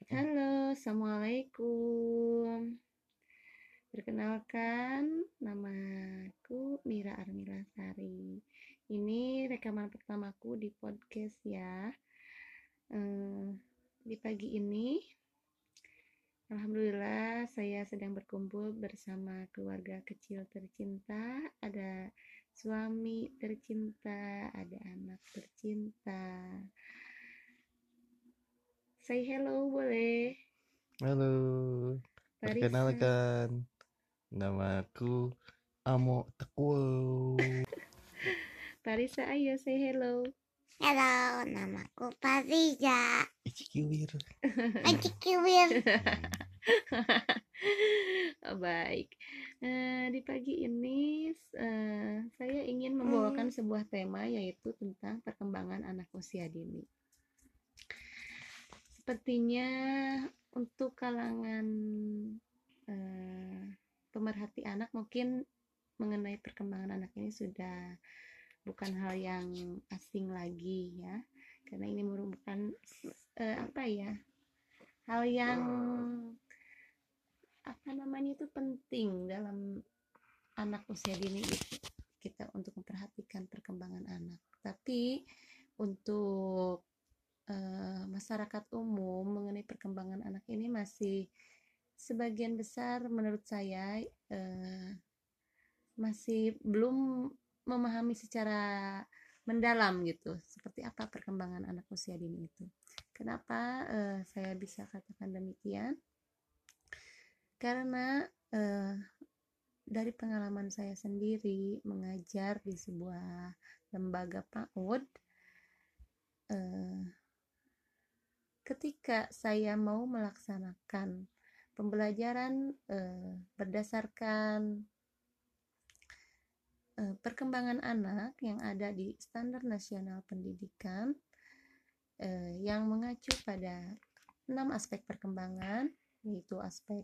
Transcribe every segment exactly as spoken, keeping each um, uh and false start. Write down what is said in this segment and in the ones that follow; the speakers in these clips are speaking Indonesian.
Halo, assalamualaikum. Perkenalkan, namaku Mira Armilasari. Ini rekaman pertamaku di podcast ya. Eh, di pagi ini, alhamdulillah saya sedang berkumpul bersama keluarga kecil tercinta. Ada suami tercinta, ada anak tercinta. Say hello boleh? Halo, Tarisa. perkenalkan, namaku Amo Tekwo. Tarisa, ayo say hello. Halo, namaku Fariza. Ichikiwir. Aji Kiwir. Baik. Eh, di pagi ini eh, saya ingin membawakan sebuah tema yaitu tentang perkembangan anak usia dini. Sepertinya untuk kalangan eh, pemerhati anak mungkin mengenai perkembangan anak ini sudah bukan hal yang asing lagi ya, karena ini merupakan eh, apa ya, hal yang apa namanya itu penting dalam anak usia dini itu, kita untuk memperhatikan perkembangan anak. Tapi untuk eh, masyarakat umum mengenai perkembangan anak ini masih sebagian besar menurut saya eh, masih belum memahami secara mendalam gitu seperti apa perkembangan anak usia dini itu. Kenapa eh, saya bisa katakan demikian? Karena eh, dari pengalaman saya sendiri mengajar di sebuah lembaga PAUD, eh, ketika saya mau melaksanakan pembelajaran eh, berdasarkan eh, perkembangan anak yang ada di Standar Nasional Pendidikan eh, yang mengacu pada enam aspek perkembangan, yaitu aspek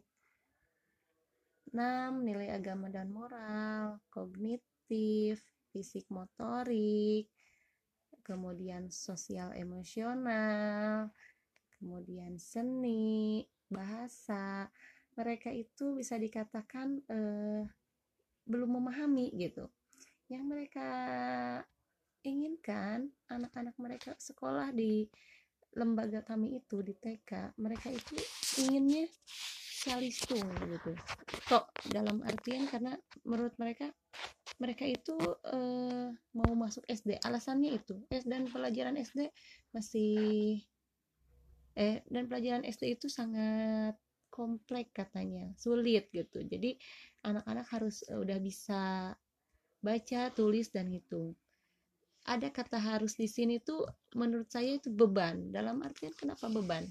enam nilai agama dan moral, kognitif, fisik motorik, kemudian sosial emosional, kemudian seni, bahasa. Mereka itu bisa dikatakan eh, belum memahami gitu. Yang mereka inginkan anak-anak mereka sekolah di lembaga kami itu di T K, mereka itu inginnya calistung gitu. Kok dalam artian karena menurut mereka mereka itu eh, mau masuk S D, alasannya itu S dan pelajaran S D masih eh dan pelajaran S D itu sangat kompleks katanya, sulit gitu. Jadi anak-anak harus uh, udah bisa baca, tulis dan hitung. Ada kata harus di sini tuh menurut saya itu beban. Dalam artian kenapa beban?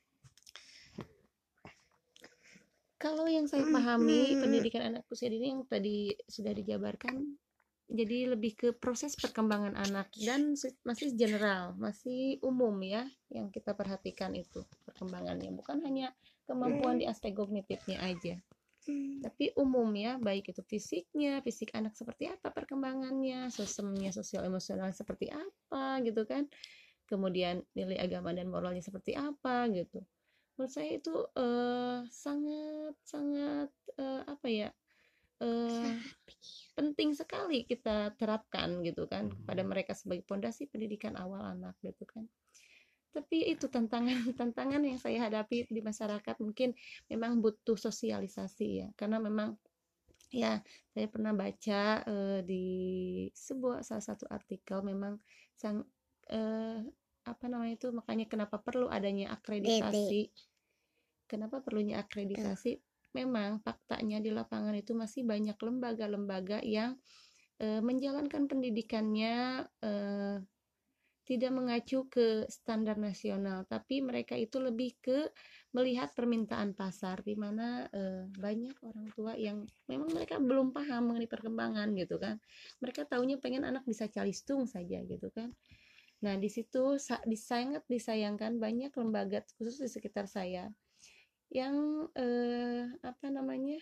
Kalau yang saya pahami pendidikan anak usia dini yang tadi sudah dijabarkan, jadi lebih ke proses perkembangan anak dan masih general, masih umum ya yang kita perhatikan itu perkembangannya, bukan hanya kemampuan di aspek kognitifnya aja, tapi umum ya, baik itu fisiknya, fisik anak seperti apa perkembangannya, sosialnya, sosial emosional seperti apa gitu kan, kemudian nilai agama dan moralnya seperti apa gitu. Menurut saya itu eh, sangat sangat eh, apa ya eh, penting sekali kita terapkan gitu kan pada mereka sebagai pondasi pendidikan awal anak gitu kan. Tapi itu tantangan tantangan yang saya hadapi di masyarakat, mungkin memang butuh sosialisasi ya, karena memang ya saya pernah baca eh, di sebuah salah satu artikel memang sang eh, apa namanya itu, makanya kenapa perlu adanya akreditasi. Kenapa perlunya akreditasi? Memang faktanya di lapangan itu masih banyak lembaga-lembaga yang e, menjalankan pendidikannya e, tidak mengacu ke standar nasional, tapi mereka itu lebih ke melihat permintaan pasar, di mana e, banyak orang tua yang memang mereka belum paham mengenai perkembangan gitu kan. Mereka taunya pengen anak bisa calistung saja gitu kan. Nah, di situ sangat disayangkan banyak lembaga khusus di sekitar saya yang eh, apa namanya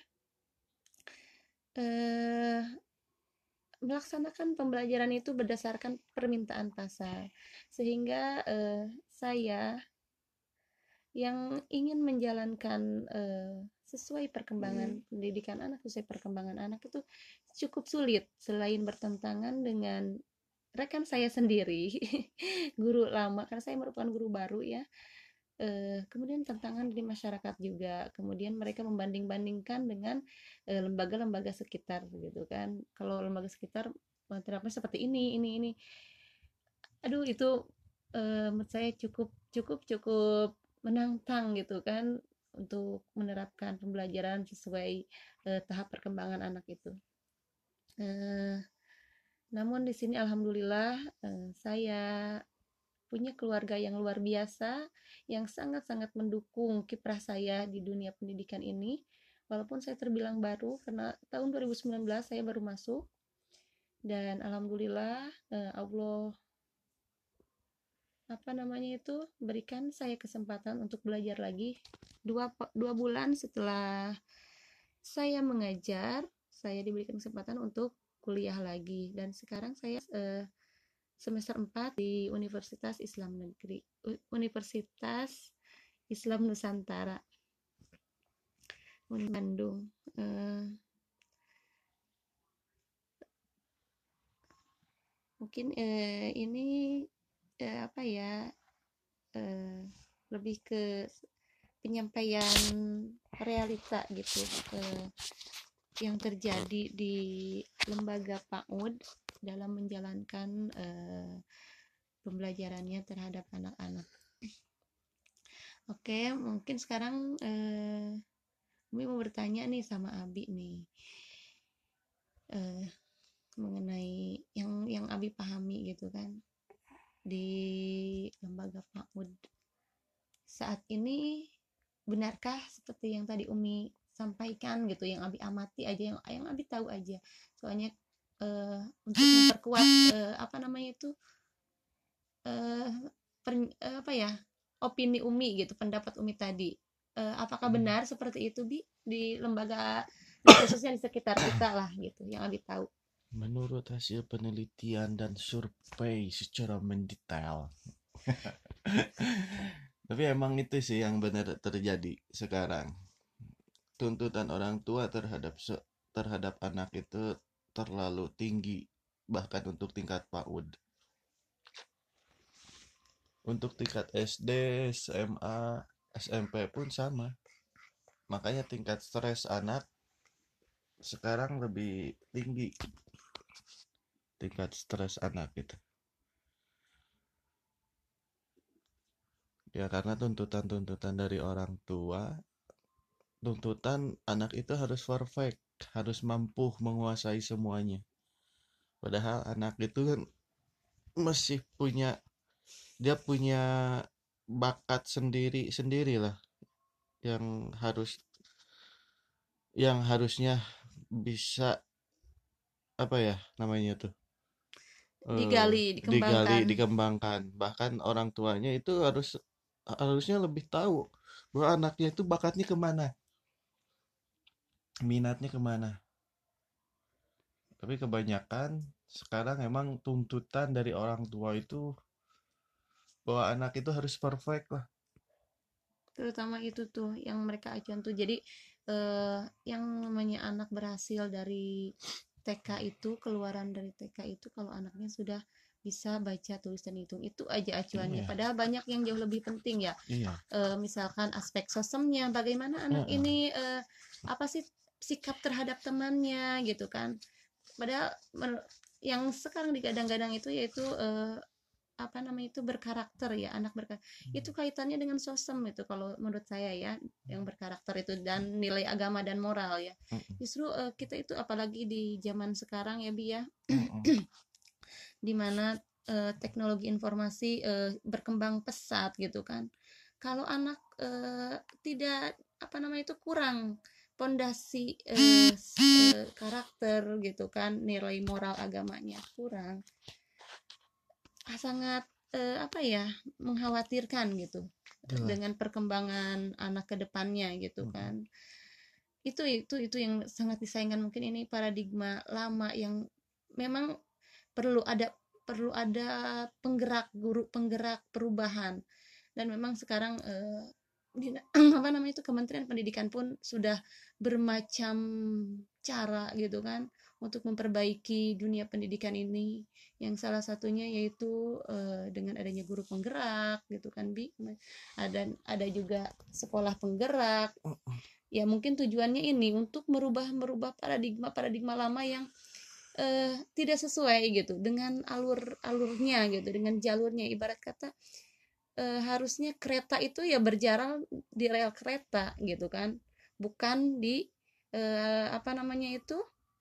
eh, melaksanakan pembelajaran itu berdasarkan permintaan pasar, sehingga eh, saya yang ingin menjalankan eh, sesuai perkembangan pendidikan anak, sesuai perkembangan anak itu cukup sulit, selain bertentangan dengan rekan saya sendiri guru lama, karena saya merupakan guru baru ya. Eh, kemudian tantangan di masyarakat juga, kemudian mereka membanding-bandingkan dengan eh, lembaga-lembaga sekitar gitu kan. Kalau lembaga sekitar eh, terapnya seperti ini ini ini aduh itu eh, menurut saya cukup cukup cukup menantang gitu kan, untuk menerapkan pembelajaran sesuai eh, tahap perkembangan anak itu. Eh, namun di sini alhamdulillah eh, saya punya keluarga yang luar biasa, yang sangat-sangat mendukung kiprah saya di dunia pendidikan ini. Walaupun saya terbilang baru, karena tahun dua ribu sembilan belas saya baru masuk, dan alhamdulillah eh, Allah apa namanya itu berikan saya kesempatan untuk belajar lagi. Dua dua bulan setelah saya mengajar, saya diberikan kesempatan untuk kuliah lagi, dan sekarang saya eh, semester empat di Universitas Islam Negeri Universitas Islam Nusantara Bandung. Eh, mungkin eh, ini eh, apa ya eh, lebih ke penyampaian realita gitu eh, yang terjadi di lembaga PAUD dalam menjalankan eh, pembelajarannya terhadap anak-anak. Oke, mungkin sekarang eh, Umi mau bertanya nih sama Abi nih eh, mengenai yang yang Abi pahami gitu kan di lembaga PAUD saat ini. Benarkah seperti yang tadi Umi sampaikan gitu, yang Abi amati aja, yang yang Abi tahu aja, soalnya eh, untuk memperkuat eh, apa namanya itu eh, per, eh, apa ya opini Umi gitu, pendapat Umi tadi. Eh, apakah benar seperti itu Bi di lembaga, khususnya di sekitar kita lah gitu, yang Abi tahu? Menurut hasil penelitian dan survei secara mendetail. Tapi emang itu sih yang benar terjadi sekarang. Tuntutan orang tua terhadap se- terhadap anak itu terlalu tinggi, bahkan untuk tingkat PAUD. Untuk tingkat S D, S M A, S M P pun sama. Makanya tingkat stres anak sekarang lebih tinggi. Tingkat stres anak gitu. Ya karena tuntutan-tuntutan dari orang tua, tuntutan anak itu harus perfect, harus mampu menguasai semuanya. Padahal anak itu kan masih punya, dia punya bakat sendiri-sendiri lah, yang harus yang harusnya bisa apa ya namanya tuh eh Digali, digali, dikembangkan. dikembangkan. Bahkan orang tuanya itu harus harusnya lebih tahu bahwa anaknya itu bakatnya kemana, minatnya kemana. Tapi kebanyakan sekarang emang tuntutan dari orang tua itu bahwa anak itu harus perfect lah. Terutama itu tuh yang mereka acuan tuh, jadi eh, yang namanya anak berhasil dari T K itu, keluaran dari T K itu kalau anaknya sudah bisa baca, tulis, dan hitung, itu aja acuannya. Iya, Padahal banyak yang jauh lebih penting ya. iya. Eh, misalkan aspek sosialnya, bagaimana anak Heeh. ini eh, apa sih sikap terhadap temannya gitu kan. Padahal yang sekarang digadang-gadang itu yaitu eh, apa namanya itu berkarakter ya, anak berkarakter itu kaitannya dengan sosem itu kalau menurut saya ya, yang berkarakter itu, dan nilai agama dan moral ya. Heeh. Justru uh, kita itu apalagi di zaman sekarang ya Bi ya, Heeh. dimana uh, teknologi informasi uh, berkembang pesat gitu kan. Kalau anak uh, tidak apa namanya itu kurang pondasi uh, uh, karakter gitu kan, nilai moral agamanya kurang, sangat eh, apa ya mengkhawatirkan gitu Jelas. dengan perkembangan anak ke depannya gitu Heeh. kan. Itu itu itu yang sangat disayangkan. Mungkin ini paradigma lama yang memang perlu ada perlu ada penggerak, guru penggerak perubahan. Dan memang sekarang eh, Dina- apa namanya itu Kementerian Pendidikan pun sudah bermacam cara gitu kan untuk memperbaiki dunia pendidikan ini, yang salah satunya yaitu eh, dengan adanya guru penggerak gitu kan Bi, ada ada juga sekolah penggerak. Ya mungkin tujuannya ini untuk merubah merubah paradigma paradigma lama yang eh, tidak sesuai gitu dengan alur alurnya gitu, dengan jalurnya. Ibarat kata eh, harusnya kereta itu ya berjalan di rel kereta gitu kan, bukan di eh, apa namanya itu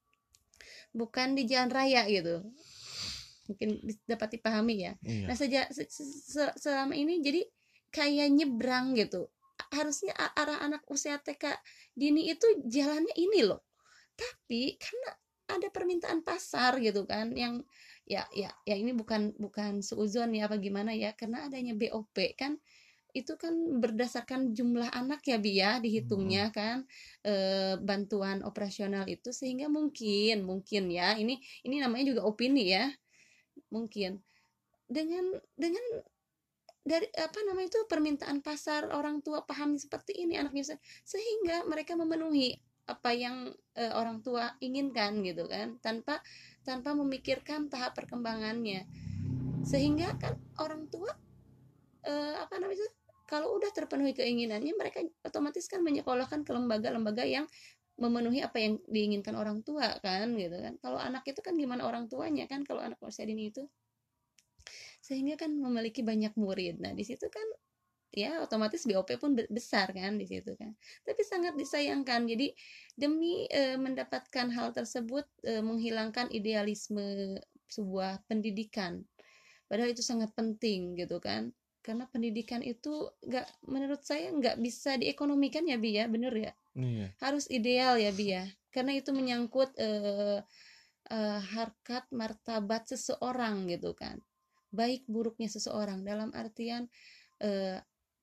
bukan di jalan raya gitu, mungkin dapat dipahami ya. Iya. Nah sejak se- se- selama ini jadi kayak nyebrang gitu, harusnya a- arah anak usia T K dini itu jalannya ini loh, tapi karena ada permintaan pasar gitu kan, yang ya ya ya ini bukan bukan seuzon ya apa gimana ya, karena adanya B O P kan, itu kan berdasarkan jumlah anak ya Bi ya dihitungnya kan, e, bantuan operasional itu, sehingga mungkin mungkin ya ini ini namanya juga opini ya, mungkin dengan dengan dari apa namanya itu permintaan pasar, orang tua paham seperti ini anaknya, sehingga mereka memenuhi apa yang e, orang tua inginkan gitu kan, tanpa tanpa memikirkan tahap perkembangannya, sehingga kan orang tua e, apa namanya itu kalau udah terpenuhi keinginannya, mereka otomatis kan menyekolahkan ke lembaga-lembaga yang memenuhi apa yang diinginkan orang tua kan gitu kan. Kalau anak itu kan gimana orang tuanya kan, kalau anak usia dini itu, sehingga kan memiliki banyak murid. Nah di situ kan ya otomatis B O P pun besar kan di situ kan. Tapi sangat disayangkan, jadi demi e, mendapatkan hal tersebut, e, menghilangkan idealisme sebuah pendidikan, padahal itu sangat penting gitu kan, karena pendidikan itu nggak, menurut saya nggak bisa diekonomikan ya Bi ya, bener ya, Iya. harus ideal ya Bi ya, karena itu menyangkut e, e, harkat martabat seseorang gitu kan, baik buruknya seseorang, dalam artian e,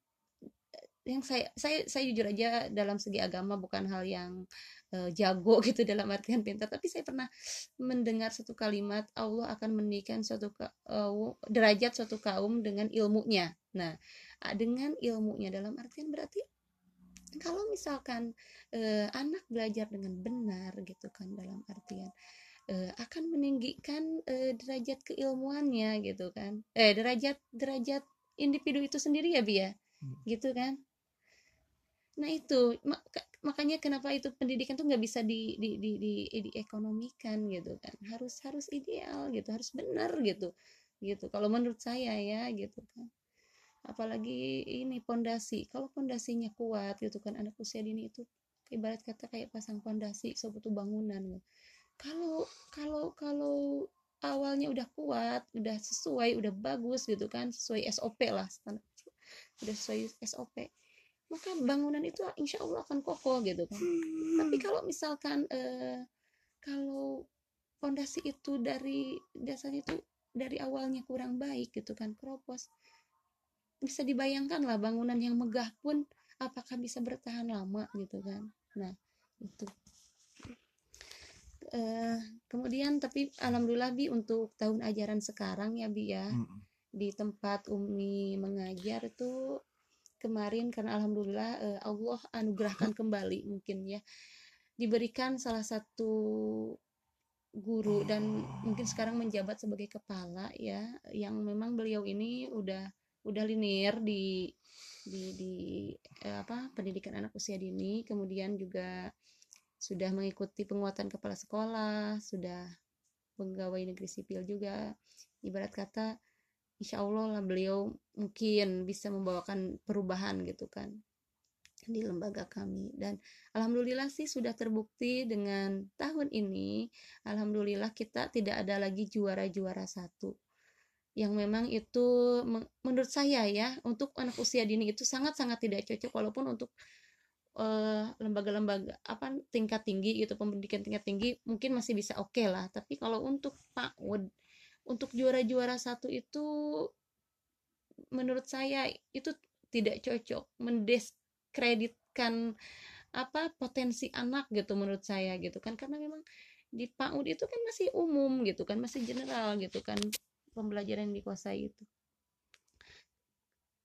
yang saya saya saya jujur aja dalam segi agama bukan hal yang uh, jago gitu dalam artian pintar, tapi saya pernah mendengar satu kalimat, Allah akan meninggikan suatu uh, derajat suatu kaum dengan ilmunya. Nah dengan ilmunya dalam artian berarti kalau misalkan uh, anak belajar dengan benar gitu kan, dalam artian uh, akan meninggikan uh, derajat keilmuannya gitu kan, eh derajat derajat individu itu sendiri ya Bi ya, gitu kan. Nah itu makanya kenapa itu pendidikan tuh nggak bisa di di di di diekonomikan gitu kan, harus harus ideal gitu, harus benar gitu gitu kalau menurut saya ya gitu kan. Apalagi ini pondasi, kalau pondasinya kuat gitu kan, anak usia dini itu ibarat kata kayak pasang pondasi suatu bangunan gitu. Kalau kalau kalau awalnya udah kuat, udah sesuai, udah bagus gitu kan, sesuai S O P lah, standar, udah sesuai S O P, maka bangunan itu insya Allah akan kokoh gitu kan. Tapi kalau misalkan eh, kalau fondasi itu dari dasarnya itu dari awalnya kurang baik gitu kan, keropos, bisa dibayangkan lah bangunan yang megah pun apakah bisa bertahan lama gitu kan. Nah itu eh, kemudian tapi alhamdulillah Bi untuk tahun ajaran sekarang ya Bi ya, Mm-mm. di tempat Umi mengajar itu kemarin, karena alhamdulillah eh, Allah anugerahkan kembali mungkin ya, diberikan salah satu guru dan mungkin sekarang menjabat sebagai kepala ya, yang memang beliau ini udah udah linear di di di eh, apa pendidikan anak usia dini, kemudian juga sudah mengikuti penguatan kepala sekolah, sudah pegawai negeri sipil juga, ibarat kata insya Allah lah beliau mungkin bisa membawakan perubahan gitu kan di lembaga kami. Dan alhamdulillah sih sudah terbukti dengan tahun ini, alhamdulillah kita tidak ada lagi juara-juara satu, yang memang itu menurut saya ya untuk anak usia dini itu sangat-sangat tidak cocok, walaupun untuk uh, lembaga-lembaga apa tingkat tinggi gitu, pendidikan tingkat tinggi mungkin masih bisa oke okay lah, tapi kalau untuk PAUD, untuk juara-juara satu itu menurut saya itu tidak cocok, mendiskreditkan apa potensi anak gitu menurut saya gitu kan, karena memang di PAUD itu kan masih umum gitu kan, masih general gitu kan pembelajaran yang dikuasai itu.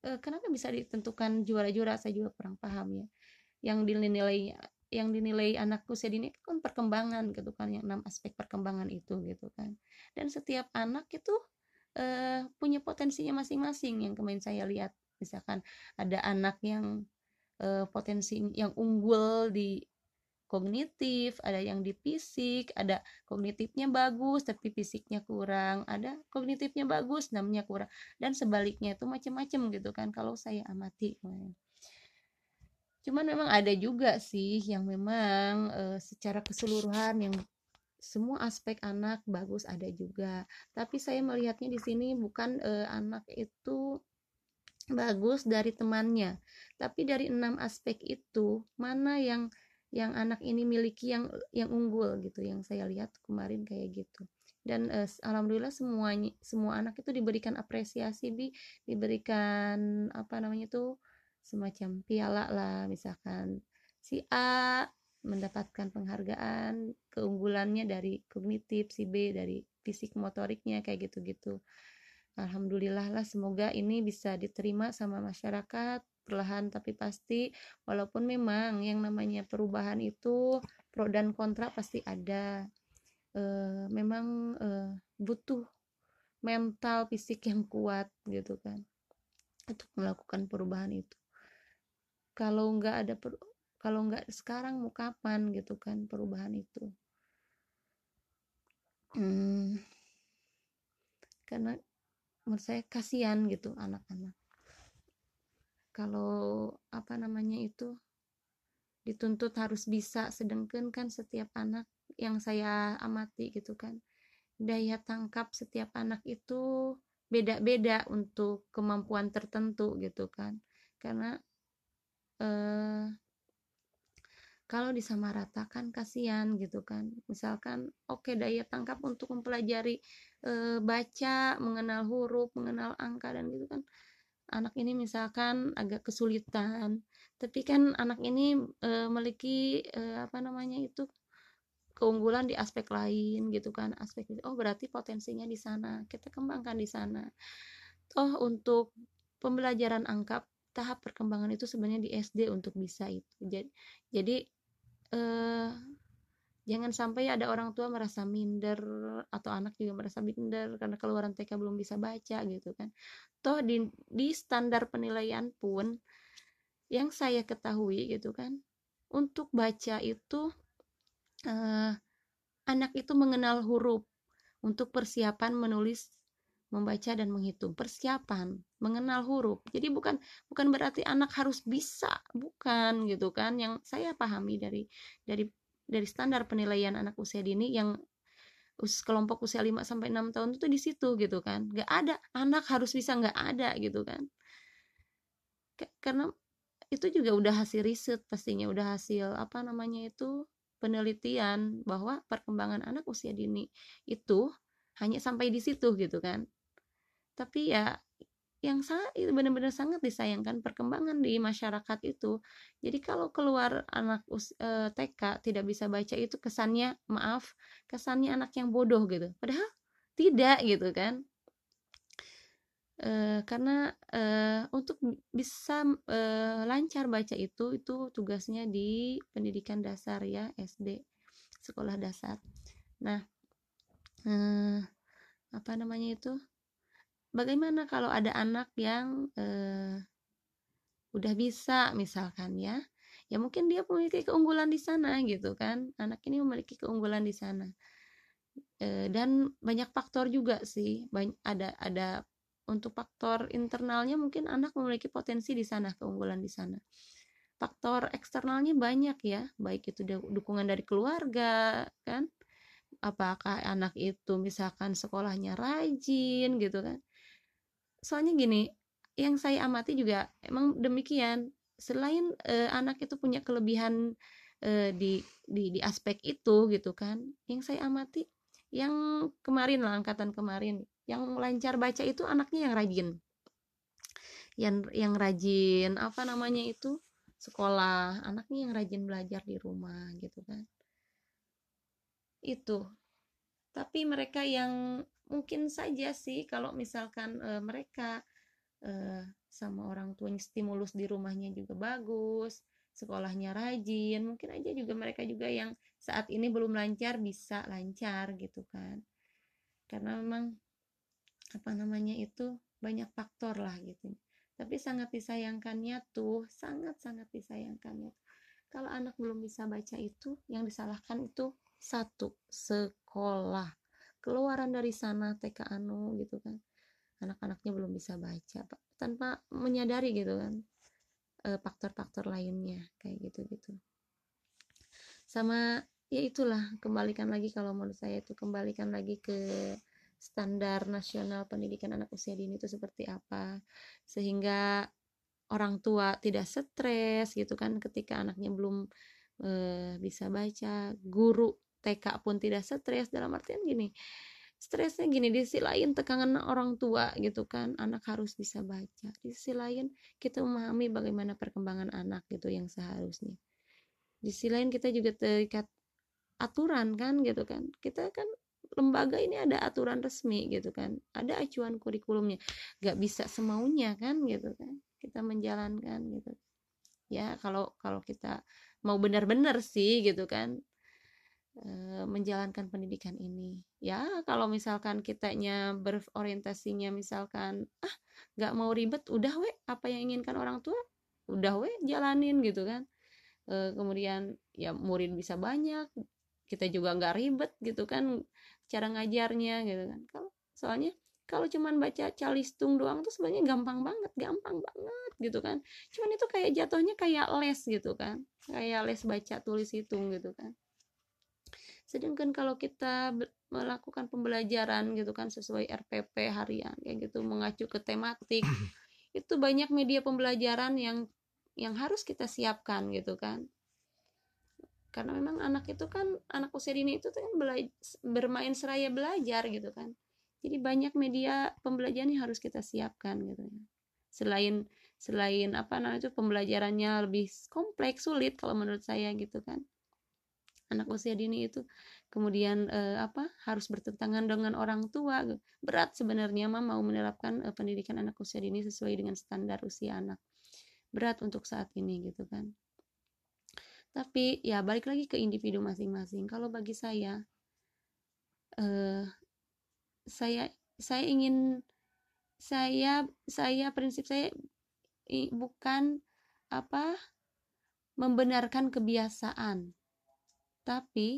eh, kenapa bisa ditentukan juara-juara, saya juga kurang paham ya. Yang dinilai yang dinilai anak usia dini itu kan perkembangan gitu kan, yang enam aspek perkembangan itu gitu kan. Dan setiap anak itu eh, punya potensinya masing-masing. Yang kemarin saya lihat, misalkan ada anak yang eh, potensi yang unggul di kognitif, ada yang di fisik, ada kognitifnya bagus tapi fisiknya kurang, ada kognitifnya bagus namanya kurang, dan sebaliknya itu macam-macam gitu kan kalau saya amati kemarin. Cuman memang ada juga sih yang memang eh, secara keseluruhan yang semua aspek anak bagus ada juga. Tapi saya melihatnya di sini bukan eh, anak itu bagus dari temannya, tapi dari enam aspek itu mana yang yang anak ini miliki yang yang unggul gitu. Yang saya lihat kemarin kayak gitu. Dan eh, alhamdulillah semuanya semua anak itu diberikan apresiasi, bi diberikan apa namanya tuh semacam piala lah, misalkan si A mendapatkan penghargaan keunggulannya dari kognitif, si B dari fisik motoriknya kayak gitu-gitu. Alhamdulillah lah, semoga ini bisa diterima sama masyarakat perlahan tapi pasti, walaupun memang yang namanya perubahan itu pro dan kontra pasti ada. E, memang e, butuh mental fisik yang kuat gitu kan untuk melakukan perubahan itu. Kalau nggak ada per, kalau nggak sekarang mau kapan gitu kan perubahan itu. Hmm, karena menurut saya kasihan gitu anak-anak kalau apa namanya itu dituntut harus bisa, sedangkan kan setiap anak yang saya amati gitu kan daya tangkap setiap anak itu beda-beda untuk kemampuan tertentu gitu kan. Karena eh, kalau disamaratakan kasihan gitu kan, misalkan oke okay, daya tangkap untuk mempelajari eh, baca, mengenal huruf, mengenal angka dan gitu kan, anak ini misalkan agak kesulitan, tapi kan anak ini e, memiliki e, apa namanya itu keunggulan di aspek lain gitu kan, aspek oh berarti potensinya di sana, kita kembangkan di sana. Toh untuk pembelajaran angka tahap perkembangan itu sebenarnya di S D untuk bisa itu. Jadi, jadi eh, jangan sampai ada orang tua merasa minder atau anak juga merasa minder karena keluaran T K belum bisa baca gitu kan. Toh di, di standar penilaian pun yang saya ketahui gitu kan, untuk baca itu eh, anak itu mengenal huruf untuk persiapan menulis, membaca dan menghitung. Persiapan mengenal huruf. Jadi bukan bukan berarti anak harus bisa, bukan gitu kan. Yang saya pahami dari dari dari standar penilaian anak usia dini yang us, kelompok usia lima sampai enam tahun itu di situ gitu kan. Gak ada anak harus bisa, gak ada gitu kan. Karena itu juga udah hasil riset pastinya, udah hasil apa namanya itu penelitian bahwa perkembangan anak usia dini itu hanya sampai di situ gitu kan. Tapi ya yang sangat itu benar-benar sangat disayangkan perkembangan di masyarakat itu. Jadi kalau keluar anak us, e, T K tidak bisa baca itu kesannya, maaf, kesannya anak yang bodoh gitu. Padahal tidak gitu kan. E, karena e, untuk bisa e, lancar baca itu itu tugasnya di pendidikan dasar ya, S D, sekolah dasar. Nah, e, apa namanya itu? Bagaimana kalau ada anak yang eh, udah bisa misalkan ya, ya mungkin dia memiliki keunggulan di sana gitu kan, anak ini memiliki keunggulan di sana. E, dan banyak faktor juga sih, banyak, ada ada untuk faktor internalnya mungkin anak memiliki potensi di sana, keunggulan di sana. Faktor eksternalnya banyak ya, baik itu dukungan dari keluarga kan, apakah anak itu misalkan sekolahnya rajin gitu kan. Soalnya gini, yang saya amati juga emang demikian. Selain eh, anak itu punya kelebihan eh, di, di di aspek itu gitu kan, yang saya amati yang kemarin lah, angkatan kemarin yang lancar baca itu anaknya yang rajin, yang yang rajin apa namanya itu sekolah, anaknya yang rajin belajar di rumah gitu kan. Itu. Tapi mereka yang mungkin saja sih kalau misalkan e, mereka Uh, sama orang tuanya, stimulus di rumahnya juga bagus, sekolahnya rajin, mungkin aja juga mereka juga yang saat ini belum lancar bisa lancar gitu kan. Karena memang apa namanya itu banyak faktor lah gitu. Tapi sangat disayangkannya tuh, sangat-sangat disayangkannya. Kalau anak belum bisa baca itu, yang disalahkan itu satu, sekolah. Keluaran dari sana T K anu gitu kan. Anak-anaknya belum bisa baca tanpa menyadari gitu kan e, faktor-faktor lainnya kayak gitu-gitu. Sama ya itulah, kembalikan lagi kalau menurut saya itu kembalikan lagi ke standar nasional pendidikan anak usia dini itu seperti apa, sehingga orang tua tidak stres gitu kan ketika anaknya belum e, bisa baca, guru T K pun tidak stres, dalam artian gini, stresnya gini, di sisi lain tekanan orang tua gitu kan, anak harus bisa baca, di sisi lain kita memahami bagaimana perkembangan anak gitu yang seharusnya, di sisi lain kita juga terikat aturan kan gitu kan, kita kan lembaga ini ada aturan resmi gitu kan, ada acuan kurikulumnya, gak bisa semaunya kan gitu kan kita menjalankan gitu ya. Kalau kalau kita mau benar-benar sih gitu kan e, menjalankan pendidikan ini ya. Kalau misalkan kitanya berorientasinya misalkan ah gak mau ribet, udah we apa yang inginkan orang tua udah we jalanin gitu kan, e, kemudian ya murid bisa banyak, kita juga nggak ribet gitu kan cara ngajarnya gitu kan. Kalau soalnya kalau cuman baca calistung doang tuh sebenarnya gampang banget, gampang banget gitu kan. Cuman itu kayak jatuhnya kayak les gitu kan, kayak les baca tulis hitung gitu kan. Sedangkan kalau kita melakukan pembelajaran gitu kan sesuai R P P harian kayak gitu, mengacu ke tematik, itu banyak media pembelajaran yang yang harus kita siapkan gitu kan. Karena memang anak itu kan, anak usia dini itu kan bela- bermain seraya belajar gitu kan. Jadi banyak media pembelajaran yang harus kita siapkan gitu ya. Selain selain apa namanya itu pembelajarannya lebih kompleks, sulit kalau menurut saya gitu kan. Anak usia dini itu kemudian eh, apa harus bertentangan dengan orang tua. Berat sebenarnya mah mau menerapkan eh, pendidikan anak usia dini sesuai dengan standar usia anak. Berat untuk saat ini gitu kan. Tapi ya balik lagi ke individu masing-masing. Kalau bagi saya, eh, saya saya ingin saya saya prinsip saya i- bukan apa membenarkan kebiasaan, tapi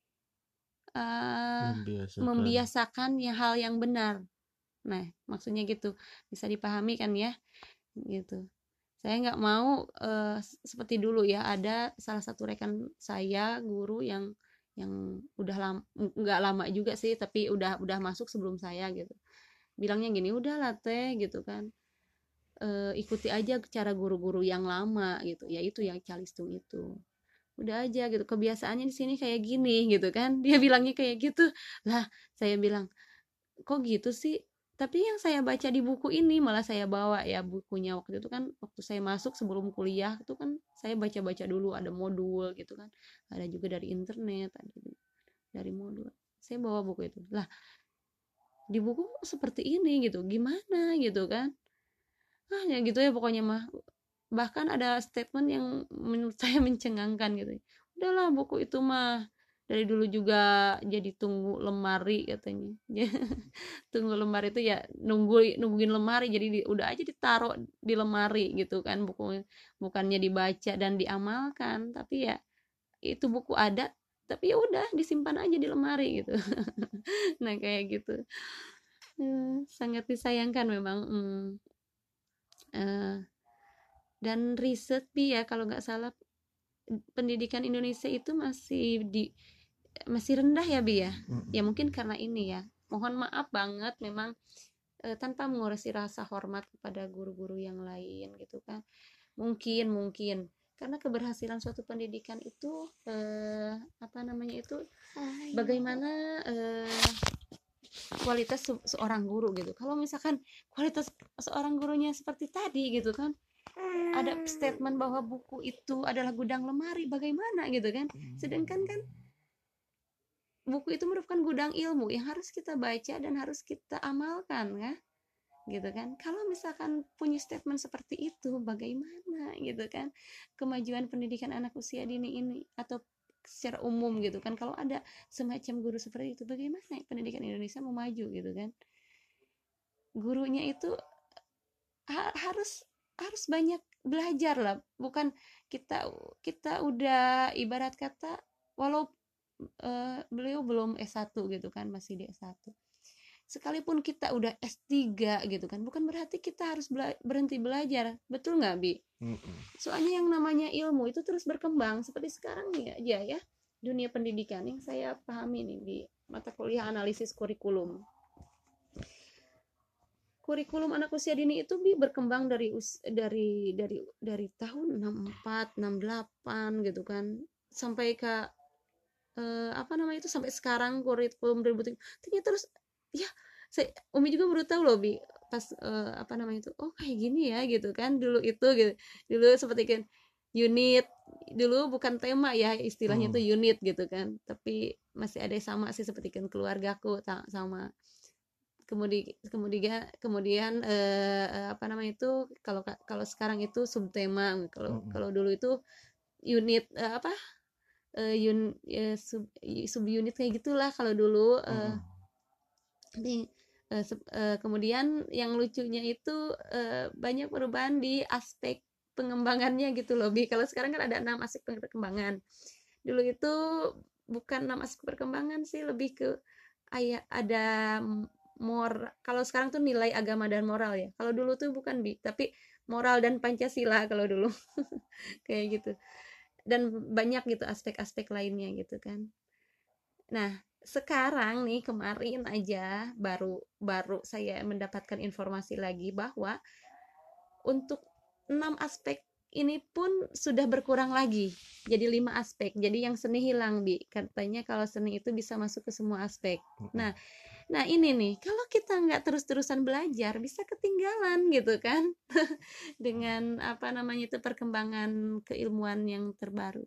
eh, Membiasakan. membiasakan ya hal yang benar. Nah, maksudnya gitu, bisa dipahami kan ya, gitu. Saya nggak mau uh, seperti dulu ya, ada salah satu rekan saya guru yang yang udah lama, nggak lama juga sih, tapi udah udah masuk sebelum saya gitu. Bilangnya gini, udah lah teh gitu kan, e, ikuti aja cara guru-guru yang lama gitu, ya itu yang calistung itu. Udah aja gitu, kebiasaannya di sini kayak gini gitu kan. Dia bilangnya kayak gitu. Lah, saya bilang, kok gitu sih? Tapi yang saya baca di buku ini, malah saya bawa ya bukunya waktu itu kan, waktu saya masuk sebelum kuliah itu kan saya baca-baca dulu, ada modul gitu kan, ada juga dari internet, ada juga dari modul, saya bawa buku itu. Lah, di buku seperti ini gitu, gimana gitu kan. Ah ya gitu ya pokoknya mah. Bahkan ada statement yang menurut saya mencengangkan gitu. Udahlah buku itu mah dari dulu juga jadi tunggu lemari katanya. Tunggu lemari itu ya nunggu nungguin lemari, jadi di, udah aja ditaruh di lemari gitu kan, buku bukannya dibaca dan diamalkan, tapi ya itu buku ada tapi ya udah disimpan aja di lemari gitu. Nah kayak gitu. Hmm, sangat disayangkan memang. Hmm. Uh, dan riset bi ya kalau nggak salah pendidikan Indonesia itu masih di masih rendah ya bi ya. Ya mungkin karena ini ya, mohon maaf banget memang e, tanpa mengurangi rasa hormat kepada guru-guru yang lain gitu kan, mungkin mungkin karena keberhasilan suatu pendidikan itu eh, apa namanya itu bagaimana eh, kualitas se- seorang guru gitu. Kalau misalkan kualitas seorang gurunya seperti tadi gitu kan, ada statement bahwa buku itu adalah gudang lemari, bagaimana gitu kan. Sedangkan kan buku itu merupakan gudang ilmu yang harus kita baca dan harus kita amalkan kan. gitu kan. Kalau misalkan punya statement seperti itu, bagaimana gitu kan kemajuan pendidikan anak usia dini ini, atau secara umum gitu kan. Kalau ada semacam guru seperti itu, bagaimana pendidikan Indonesia mau maju gitu kan. Gurunya itu ha- harus harus banyak belajar lah, bukan kita kita udah ibarat kata, walau eh, beliau belum S satu gitu kan, masih di S satu, sekalipun kita udah S tiga gitu kan, bukan berarti kita harus bela- berhenti belajar, betul nggak Bi? Mm-mm. Soalnya yang namanya ilmu itu terus berkembang. Seperti sekarang nih aja ya, dunia pendidikan yang saya pahami nih di mata kuliah analisis kurikulum. Kurikulum anak usia dini itu Bi berkembang dari us- dari dari dari tahun enam empat, enam delapan gitu kan, sampai ke eh, apa namanya itu, sampai sekarang kurikulum dua ribu tiga. Ternyata terus ya, saya, Umi juga baru tahu loh Bi, pas eh, apa namanya itu, oh kayak gini ya gitu kan, dulu itu gitu. Dulu seperti kan unit, dulu bukan tema ya istilahnya Hmm. itu unit gitu kan, tapi masih ada yang sama sih, seperti kan keluargaku ta- sama. Kemudian kemudian kemudian eh, eh, apa namanya itu, kalau kalau sekarang itu subtema, kalau Mm-mm. kalau dulu itu unit, eh, apa eh, un, ya, sub subunit kayak gitulah kalau dulu. eh, Mm-mm. Nih, eh, sep- eh, kemudian yang lucunya itu eh, banyak perubahan di aspek pengembangannya gitu loh Bi. Kalau sekarang kan ada enam aspek perkembangan. Dulu itu bukan enam aspek perkembangan sih, lebih ke ayat ada moral. Kalau sekarang tuh nilai agama dan moral ya. Kalau dulu tuh bukan Bi, tapi moral dan Pancasila kalau dulu. Kayak gitu. Dan banyak gitu aspek-aspek lainnya gitu kan. Nah, sekarang nih kemarin aja baru baru saya mendapatkan informasi lagi bahwa untuk enam aspek ini pun sudah berkurang lagi. Jadi lima aspek. Jadi yang seni hilang, Bi. Katanya kalau seni itu bisa masuk ke semua aspek. Nah, nah ini nih, kalau kita nggak terus-terusan belajar, bisa ketinggalan gitu kan. Dengan apa namanya itu, perkembangan keilmuan yang terbaru.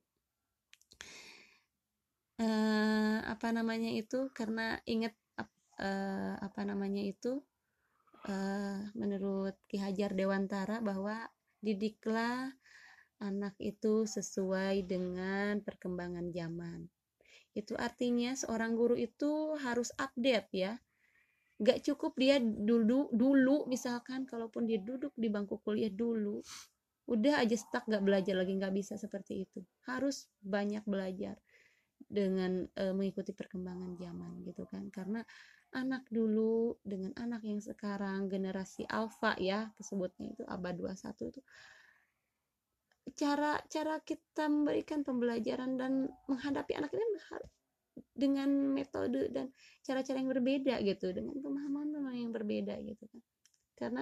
eh, apa namanya itu, karena ingat eh, apa namanya itu, eh, menurut Ki Hajar Dewantara bahwa didiklah anak itu sesuai dengan perkembangan zaman. Itu artinya seorang guru itu harus update ya. Gak cukup dia dulu dulu misalkan, kalaupun dia duduk di bangku kuliah dulu udah aja stuck, gak belajar lagi, gak bisa seperti itu. Harus banyak belajar dengan uh, mengikuti perkembangan zaman gitu kan. Karena anak dulu dengan anak yang sekarang generasi alfa ya disebutnya, itu abad dua puluh satu, itu cara cara kita memberikan pembelajaran dan menghadapi anak ini dengan metode dan cara-cara yang berbeda gitu, dengan pemahaman yang berbeda gitu kan. Karena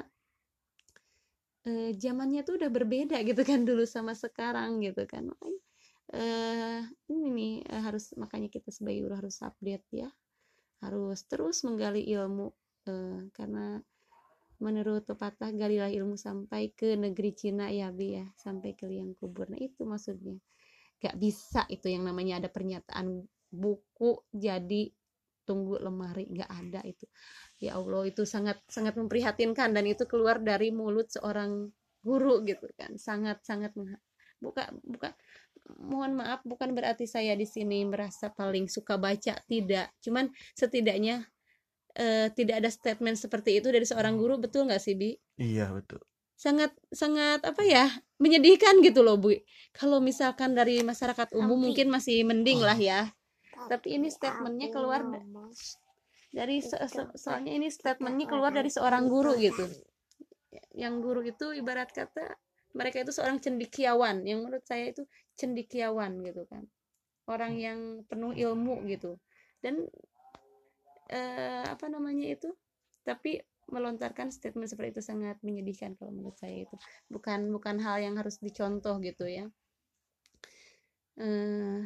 eh, zamannya tuh udah berbeda gitu kan, dulu sama sekarang gitu kan. Makanya eh, ini nih eh, harus, makanya kita sebagai guru harus update ya, harus terus menggali ilmu, eh, karena menurut pepatah, galilah ilmu sampai ke negeri Cina ya Bi ya, sampai ke liang kubur. Nah itu maksudnya, gak bisa itu yang namanya ada pernyataan buku jadi tunggu lemari, gak ada itu. Ya Allah, itu sangat sangat memprihatinkan, dan itu keluar dari mulut seorang guru gitu kan, sangat sangat buka buka mohon maaf, bukan berarti saya di sini merasa paling suka baca, tidak, cuman setidaknya eh, tidak ada statement seperti itu dari seorang guru, betul nggak sih Bi? Iya betul. Sangat sangat apa ya, menyedihkan gitu loh Bu. Kalau misalkan dari masyarakat umum mungkin masih mending lah ya, tapi ini statementnya keluar dari so so soalnya ini statementnya keluar dari seorang guru gitu. Yang guru itu ibarat kata mereka itu seorang cendekiawan, yang menurut saya itu cendekiawan gitu kan, orang yang penuh ilmu gitu, dan eh, apa namanya itu, tapi melontarkan statement seperti itu sangat menyedihkan kalau menurut saya. Itu bukan bukan hal yang harus dicontoh gitu ya. eh,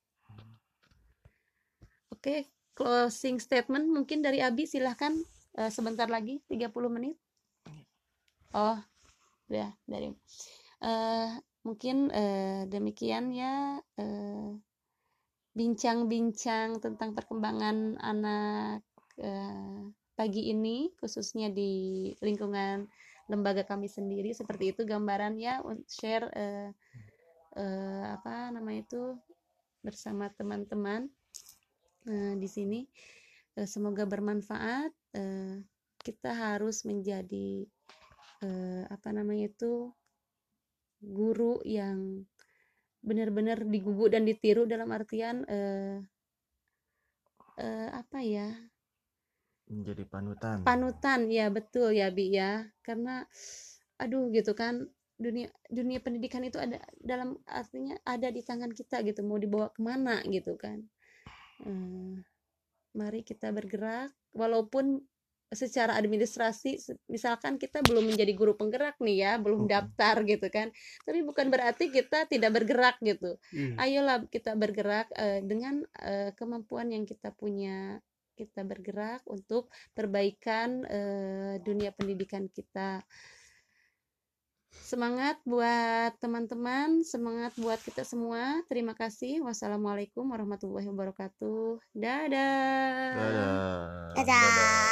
oke okay. Closing statement mungkin dari Abi, silahkan. eh, sebentar lagi tiga puluh menit. Oh ya, dari eh, mungkin eh, demikian ya eh, bincang-bincang tentang perkembangan anak eh, pagi ini, khususnya di lingkungan lembaga kami sendiri seperti itu gambarannya, share eh, eh, apa namanya itu bersama teman-teman eh, di sini. Eh, semoga bermanfaat. Eh, kita harus menjadi eh, apa namanya itu guru yang benar-benar digugu dan ditiru, dalam artian eh, eh, apa ya, menjadi panutan. panutan ya, betul ya Bi ya, karena aduh gitu kan, dunia dunia pendidikan itu ada, dalam artinya ada di tangan kita gitu, mau dibawa kemana gitu kan. Eh, mari kita bergerak, walaupun secara administrasi misalkan kita belum menjadi guru penggerak nih ya, belum daftar gitu kan, tapi bukan berarti kita tidak bergerak gitu. Ayolah kita bergerak eh, dengan eh, kemampuan yang kita punya, kita bergerak untuk perbaikan eh, dunia pendidikan kita. Semangat buat teman-teman, semangat buat kita semua. Terima kasih. Wassalamualaikum warahmatullahi wabarakatuh. Dadah. Dadah. Dadah.